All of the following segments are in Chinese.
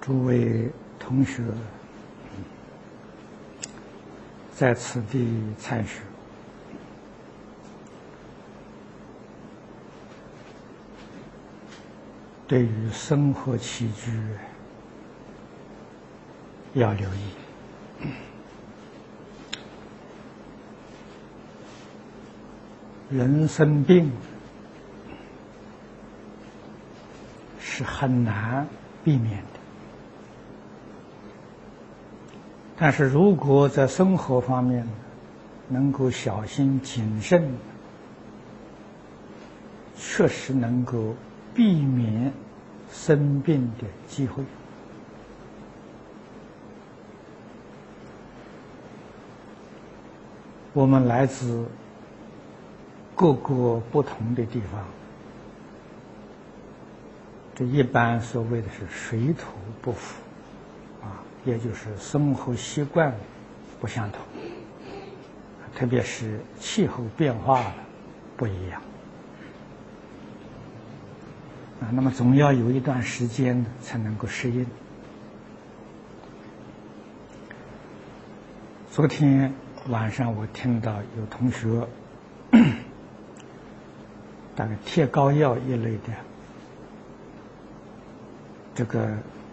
诸位同学，在此地参学，对于生活起居要留意。人生病是很难避免的，但是如果在生活方面能够小心谨慎，确实能够避免生病的机会。我们来自各个不同的地方，这一般所谓的是水土不服，也就是生活习惯不相同，特别是气候变化了不一样，那么总要有一段时间才能够适应。昨天晚上我听到有同学大概贴膏药一类的，这个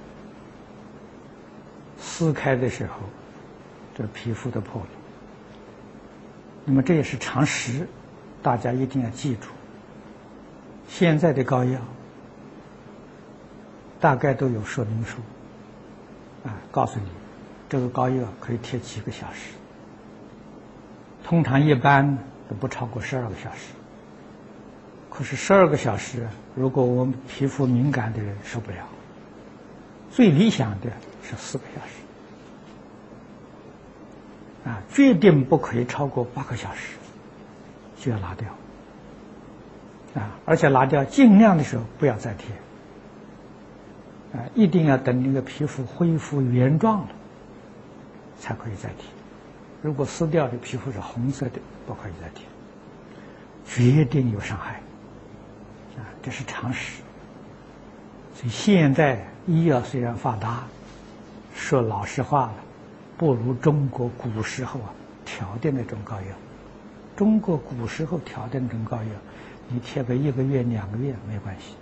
撕开的时候，这皮肤都破了。那么这也是常识，大家一定要记住。现在的膏药大概都有说明书，告诉你这个膏药可以贴几个小时，通常一般都不超过12个小时。可是12个小时，如果我们皮肤敏感的人受不了，最理想的是4个小时，决定不可以超过8个小时就要拿掉，而且拿掉尽量的时候不要再贴，一定要等那个皮肤恢复原状了才可以再贴。如果撕掉的皮肤是红色的，不可以再贴，决定有伤害，这是常识。所以现在医药虽然发达，说老实话了，不如中国古时候调的那种膏药。中国古时候调的那种膏药，你贴个1个月、2个月没关系。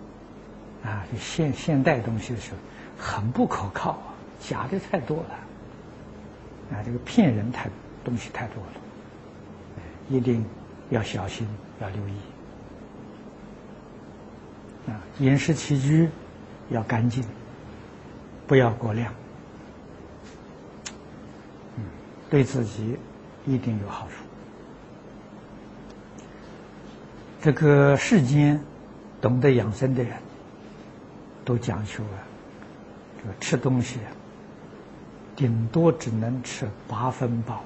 现代东西的时候很不可靠，假的太多了，这个骗人东西太多了，一定要小心，要留意。饮食起居要干净，不要过量，对自己一定有好处。这个世间懂得养生的人都讲究这个吃东西顶多只能吃8分饱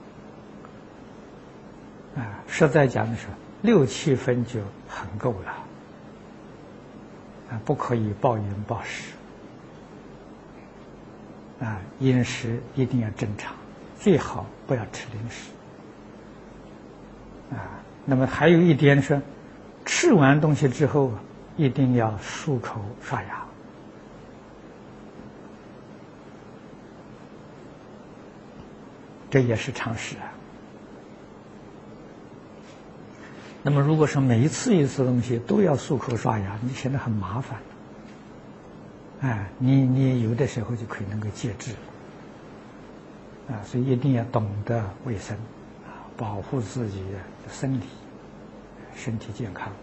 实在讲的是6、7分就很够了，不可以暴饮暴食，饮食一定要正常，最好不要吃零食，那么还有一点是，吃完东西之后一定要漱口刷牙，这也是常识。那么如果说每一次东西都要漱口刷牙，你显得很麻烦，你有的时候就可以能够戒治，所以一定要懂得卫生，保护自己的身体健康。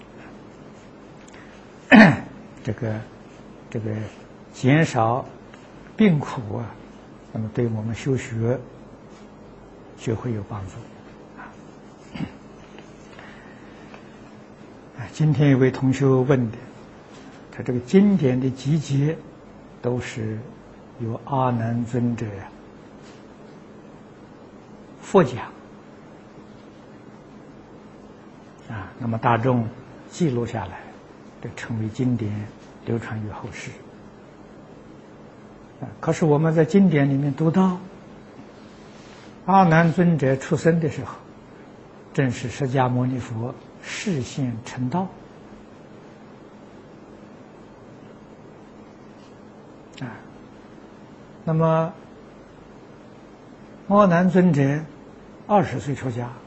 这个减少病苦那么对我们修学就会有帮助。今天有位同学问的，他这个经典的集结都是由阿难尊者佛讲，那么大众记录下来，这成为经典，流传于后世。可是我们在经典里面读到，阿难尊者出生的时候，正是释迦牟尼佛示现成道， 啊。那么阿难尊者20岁出家，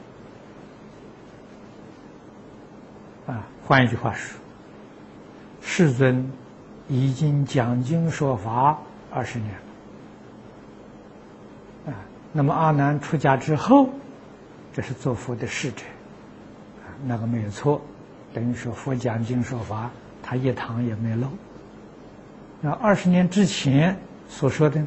啊，换一句话说，世尊已经讲经说法20年了，啊，那么阿难出家之后，这是做佛的侍者，啊，那个没有错，等于说佛讲经说法，他一堂也没漏。那20年之前所说的呢？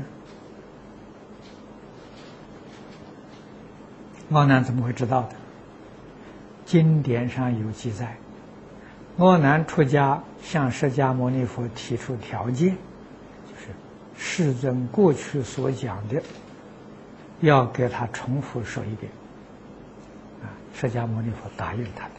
阿难怎么会知道的？经典上有记载，阿难出家向释迦牟尼佛提出条件，就是世尊过去所讲的，要给他重复说一遍。啊，释迦牟尼佛答应他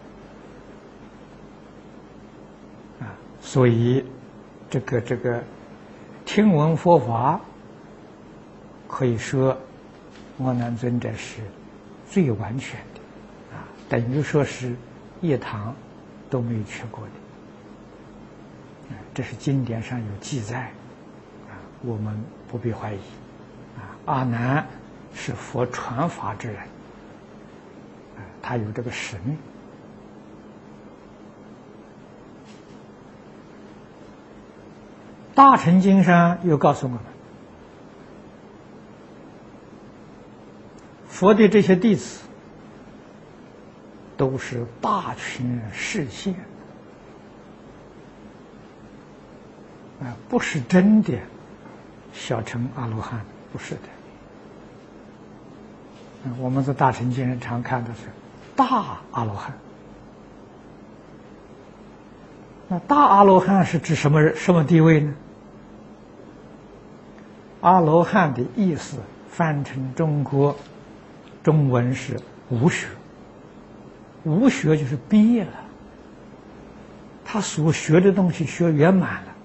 的。啊，所以这个听闻佛法，可以说阿难尊者是最完全的，啊，等于说是一堂都没有缺过的，这是经典上有记载，啊，我们不必怀疑，啊，阿难是佛传法之人，啊，他有这个使命。大乘经上又告诉我们，佛的这些弟子都是大群示现，啊，不是真的小乘阿罗汉，不是的。我们在大乘经上常看的是大阿罗汉。那大阿罗汉是指什么地位呢？阿罗汉的意思翻成中国中文是无学，无学就是毕业了，他所学的东西学圆满了。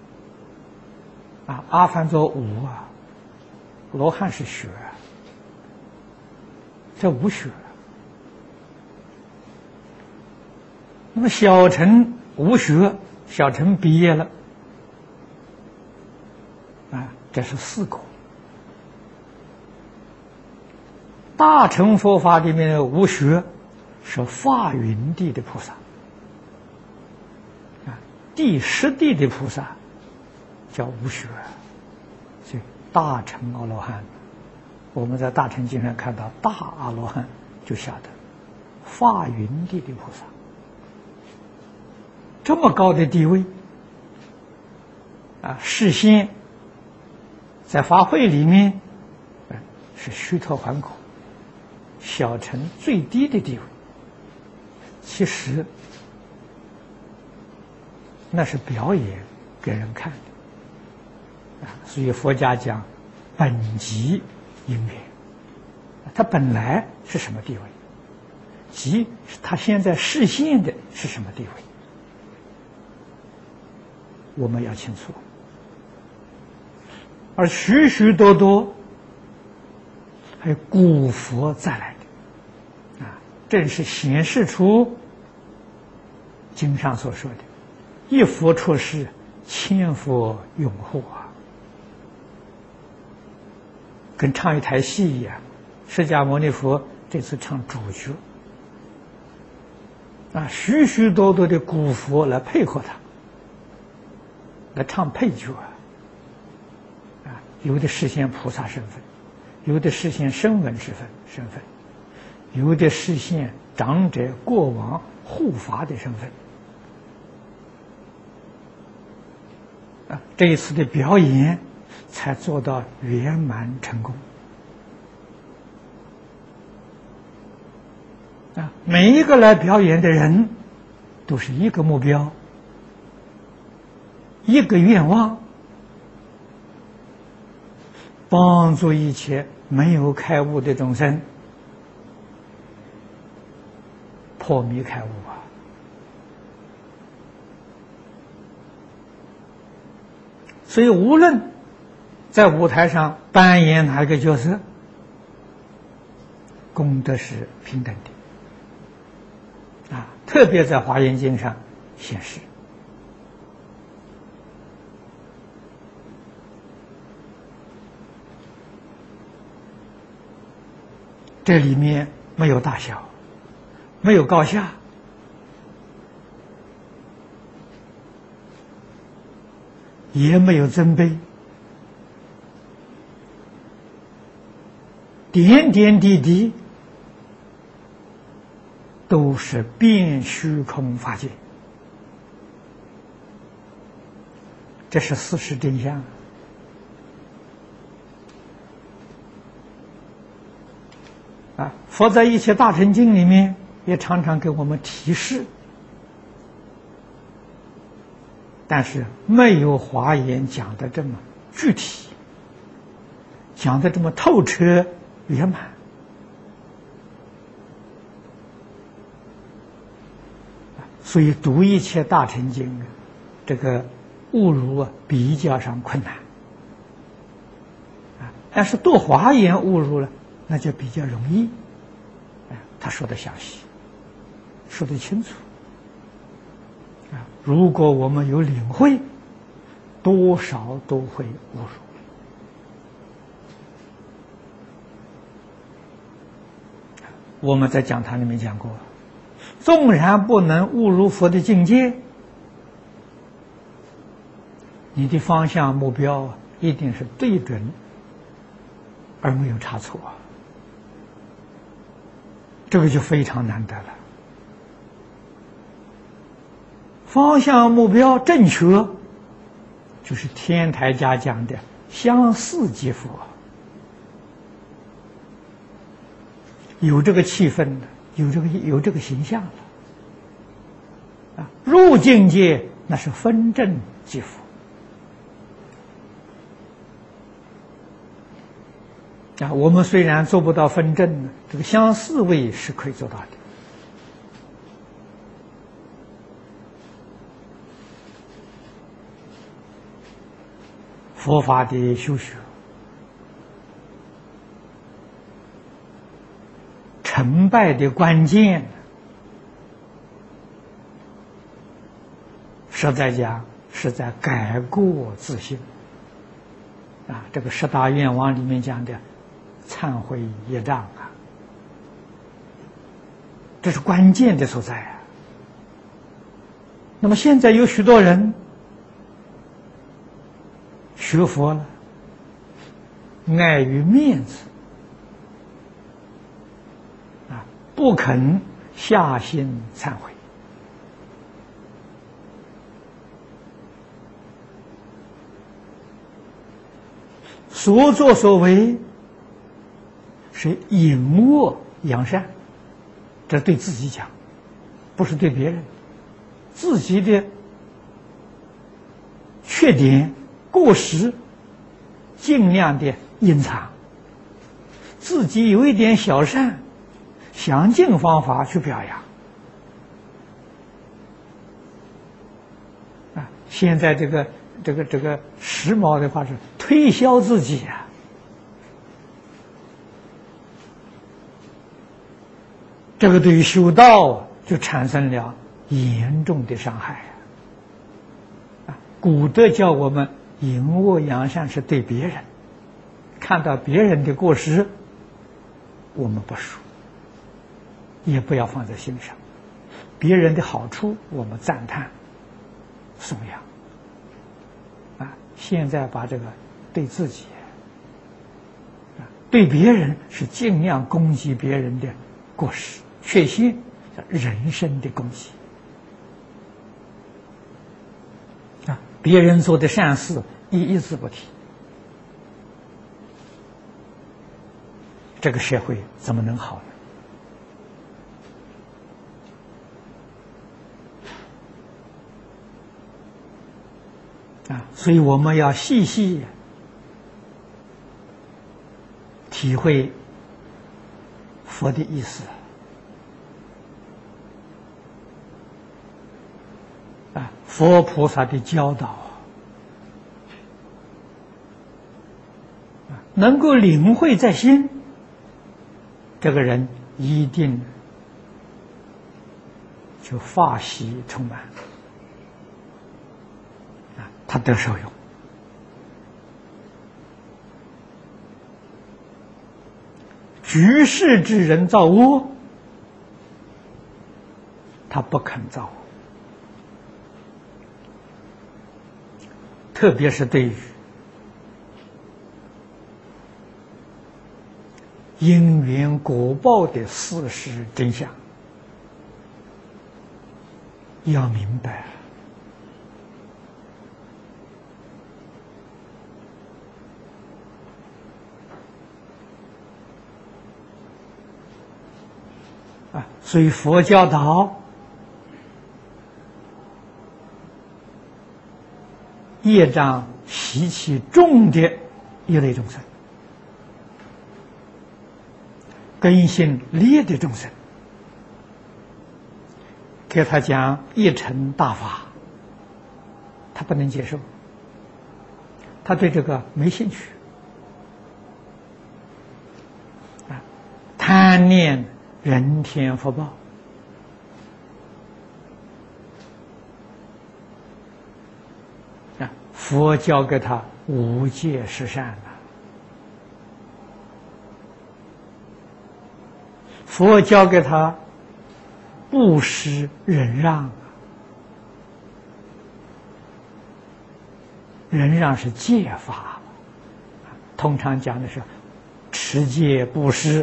啊，阿梵做无啊，罗汉是学啊，这无学。那么小乘无学，小乘毕业了，啊，这是四果。大乘佛法里面的无学是法云地的菩萨，啊，第十地的菩萨叫无学，所以大乘阿罗汉，我们在大乘经上看到大阿罗汉，就晓得法云地的菩萨这么高的地位，啊，示现在法会里面，是须陀洹果小乘最低的地位，其实那是表演给人看的，啊，所以佛家讲本即因缘，他本来是什么地位，即是他现在示现的是什么地位，我们要清楚。而许许多多还有古佛再来的，啊，正是显示出经上所说的一佛出世，千佛拥护啊，跟唱一台戏一样。释迦牟尼佛这次唱主角，啊，许许多多的古佛来配合他，来唱配角啊，有的实现菩萨身份，有的实现声闻身份，有的实现长者过往护法的身份。啊，这一次的表演才做到圆满成功。啊，每一个来表演的人都是一个目标，一个愿望，帮助一切没有开悟的众生破迷开悟啊！所以无论在舞台上扮演哪一个角色，功德是平等的啊！特别在《华严经》上显示， 这里面没有大小，没有高下，也没有尊卑，点点滴滴都是遍虚空法界，这是事实真相。佛在《一切大乘经》里面也常常给我们提示，但是没有华严讲的这么具体，讲的这么透彻圆满。所以读《一切大乘经》这个误入比较上困难，但是读华严误入了，那就比较容易。他说的详细，说的清楚。如果我们有领会，多少都会误入。我们在讲坛里面讲过，纵然不能误入佛的境界，你的方向目标一定是对准，而没有差错。这个就非常难得了。方向目标正确，就是天台家讲的相似即佛，有这个气氛的，有这个形象的。入境界那是分正即佛。我们虽然做不到分正呢，这个相似位是可以做到的。佛法的修学，成败的关键，实在讲是在改过自新。这个十大愿望里面讲的忏悔业障这是关键的所在那么现在有许多人学佛了，碍于面子不肯下心忏悔。所作所为是隐恶扬善，这对自己讲，不是对别人。自己的缺点过失尽量的隐藏，自己有一点小善，想尽方法去表扬。现在这个时髦的话是推销自己这个对于修道就产生了严重的伤害古德教我们隐恶扬善是对别人，看到别人的过失，我们不说，也不要放在心上；别人的好处，我们赞叹、颂扬。现在把这个对自己、对别人是尽量攻击别人的过失、缺陷，人身的攻击。别人做的善事，你一字不提，这个社会怎么能好呢？所以我们要细细体会佛的意思佛菩萨的教导能够领会在心，这个人一定就法喜充满他得受用。 居士之人造恶，他不肯造恶，特别是对于因缘果报的事实真相，要明白。所以佛教导业障习气重的一类众生，根性劣的众生，给他讲一乘大法，他不能接受，他对这个没兴趣，贪念人天福报，佛教给他无戒十善了，佛教给他布施忍让，忍让是戒法，通常讲的是持戒布施。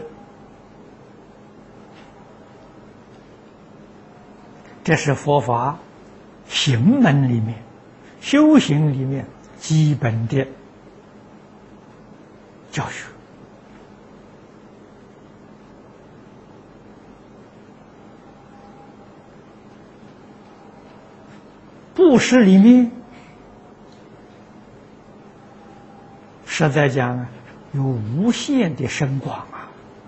这是佛法行门里面、修行里面基本的教学。布施里面，实在讲有无限的深广啊。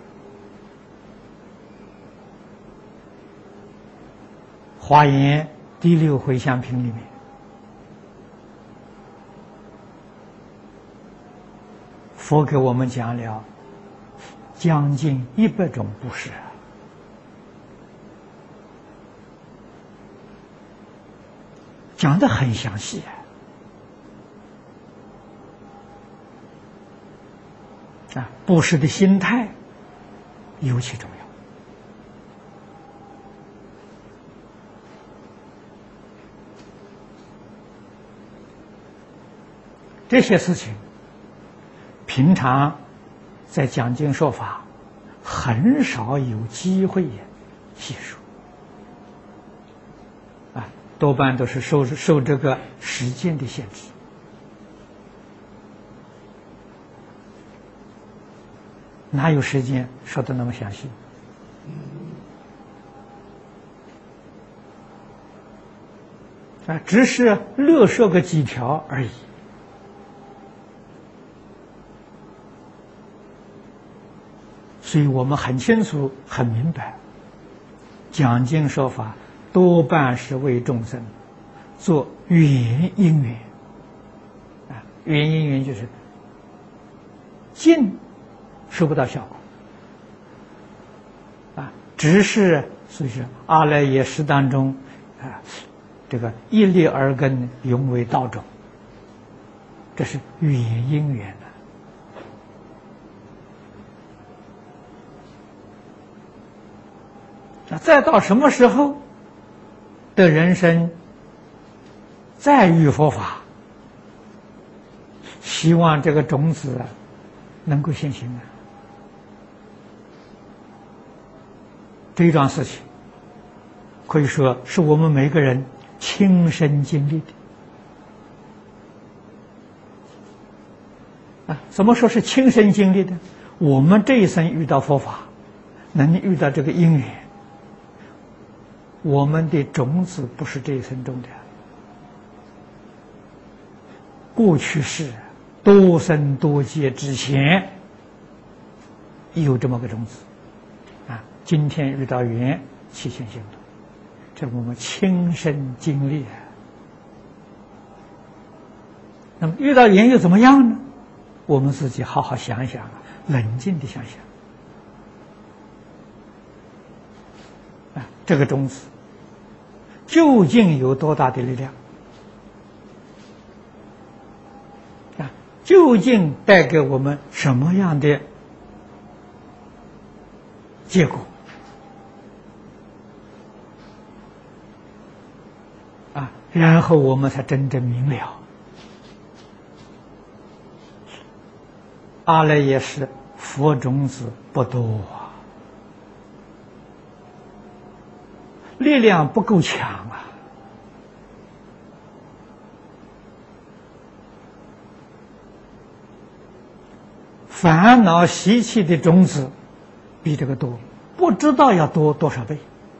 华严第六回向品里面，佛给我们讲了将近100种布施，讲得很详细啊！布施的心态尤其重要。这些事情，平常在讲经说法，很少有机会细说，多半都是受这个时间的限制，哪有时间说的那么详细？只是略说个几条而已。所以我们很清楚、很明白，讲经说法多半是为众生做缘因缘，缘因缘就是尽收不到效果，只是所以说阿赖耶识当中这个一粒耳根永为道种，这是缘因缘的。再到什么时候的人生再遇佛法，希望这个种子能够现行这一桩事情可以说是我们每个人亲身经历的。怎么说是亲身经历的？我们这一生遇到佛法，能遇到这个因缘，我们的种子不是这一生种的，过去世多生多劫之前有这么个种子，今天遇到缘起现行的，这我们亲身经历。那么遇到缘又怎么样呢？我们自己好好想想，冷静地想想。这个种子究竟有多大的力量？究竟带给我们什么样的结果然后我们才真正明了，阿赖耶识佛种子不多力量不够强烦恼习气的种子比这个多，不知道要多多少倍，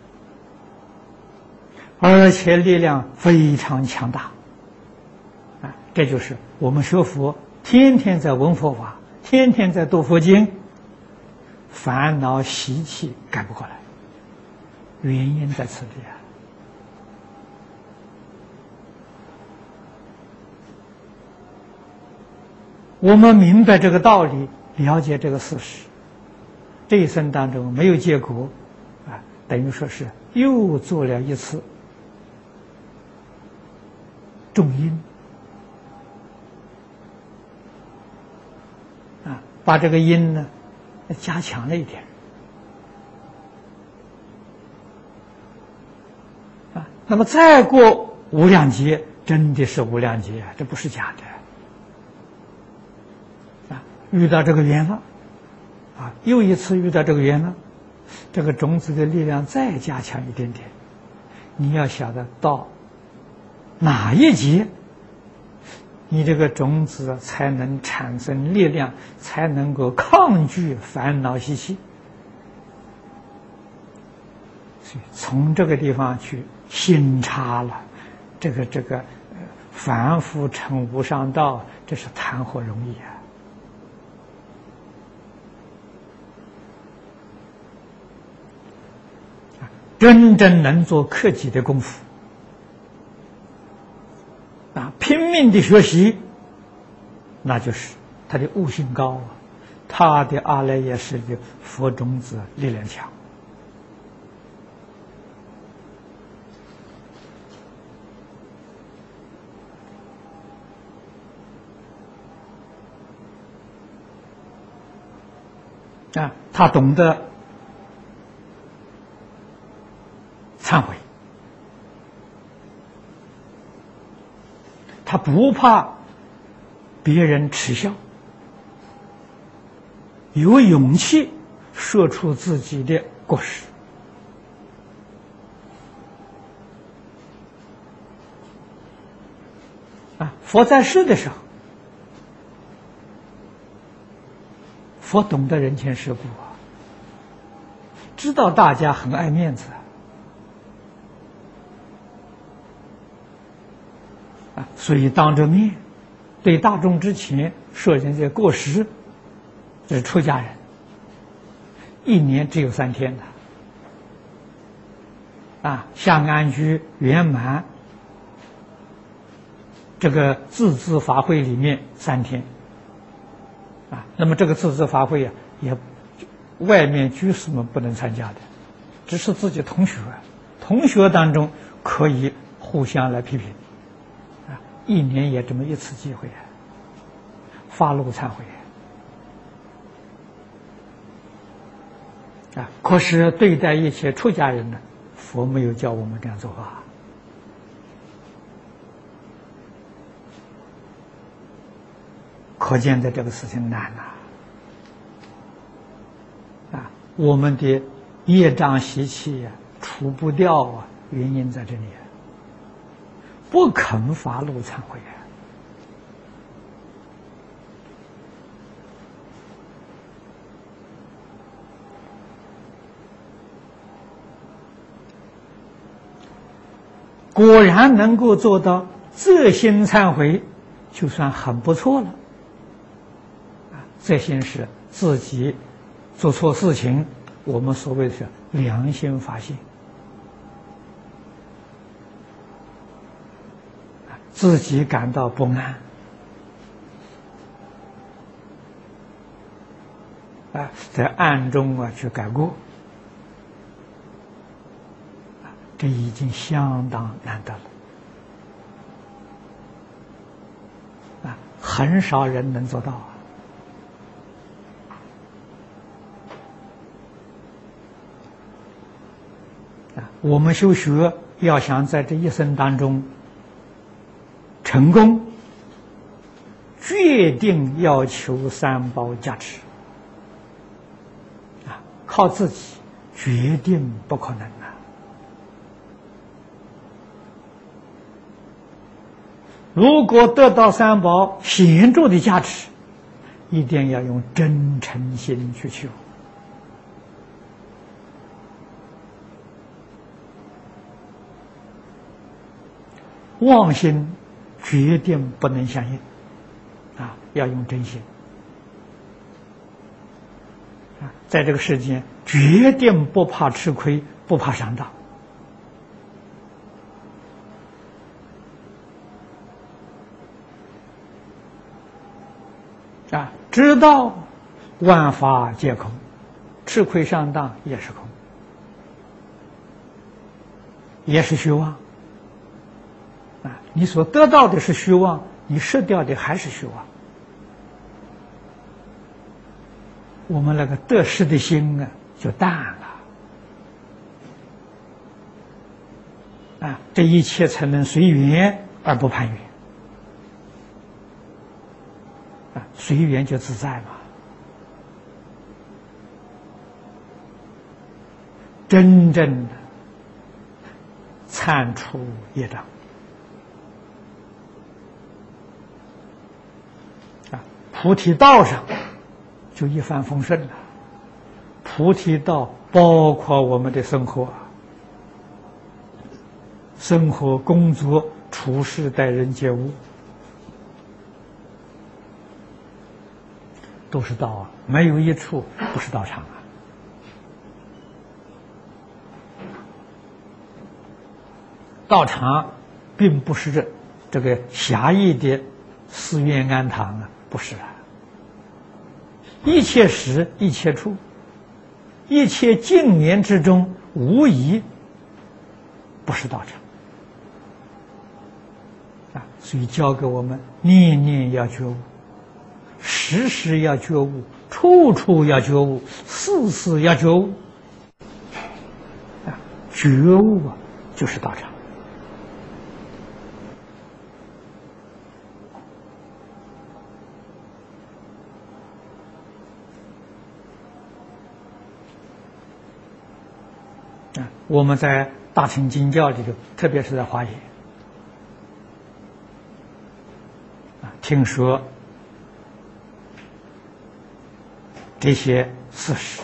而且力量非常强大这就是我们学佛天天在闻佛法，天天在读佛经，烦恼习气改不过来，原因在此地我们明白这个道理，了解这个事实，这一生当中没有结果等于说是又做了一次重因把这个因呢加强了一点那么再过无量劫，真的是无量劫这不是假的遇到这个缘了又一次遇到这个缘了，这个种子的力量再加强一点点，你要晓得到哪一劫你这个种子才能产生力量，才能够抗拒烦恼习气，所以从这个地方去心差了这个凡夫成无上道，这是谈何容易真正能做克己的功夫拼命的学习，那就是他的悟性高他的阿赖耶识的佛种子力量强他懂得忏悔，他不怕别人耻笑，有勇气说出自己的过失佛在世的时候，佛懂得人情世故知道大家很爱面子所以当着面对大众之前说人家过失，这是出家人一年只有3天像安居圆满这个自治法会里面3天那么这个自治法会也外面居士们不能参加的，只是自己同学当中可以互相来批评一年也这么一次机会发露忏悔可是对待一切出家人呢，佛没有教我们这样做法可见的这个事情难我们的业障习气除不掉原因在这里不肯发露忏悔果然能够做到自心忏悔，就算很不错了这心是自己做错事情，我们所谓的是良心发现自己感到不安在暗中去改过这已经相当难得了很少人能做到我们修学要想在这一生当中成功，决定要求三宝加持啊，靠自己决定不可能啊。如果得到三宝显著的加持，一定要用真诚心去求。妄心决定不能相应啊，要用真心啊，在这个世间决定不怕吃亏，不怕上当啊，知道万法皆空，吃亏上当也是空，也是虚妄啊！你所得到的是虚妄，你失掉的还是虚妄。我们那个得失的心啊，就淡了啊！这一切才能随缘而不攀缘啊！随缘就自在嘛。真正的铲除业障啊，菩提道上就一帆风顺了。菩提道包括我们的生活、工作、处事、待人接物，都是道啊，没有一处不是道场啊。道场并不是这个狭义的寺院庵堂啊，不是啊。一切时一切处，一切境缘之中，无疑不是道场啊。所以教给我们念念要觉悟，时时要觉悟，处处要觉悟，事事要觉悟啊。觉悟啊，就是道场。我们在大乘经教里头，特别是在华严听说这些事实，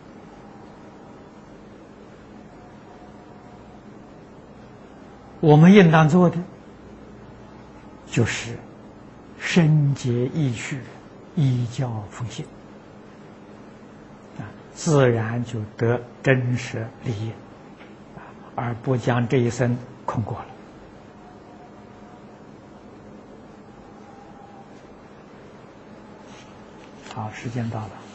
我们应当做的就是深解义趣，依教奉行自然就得真实利益而不将这一生空过了。好，时间到了。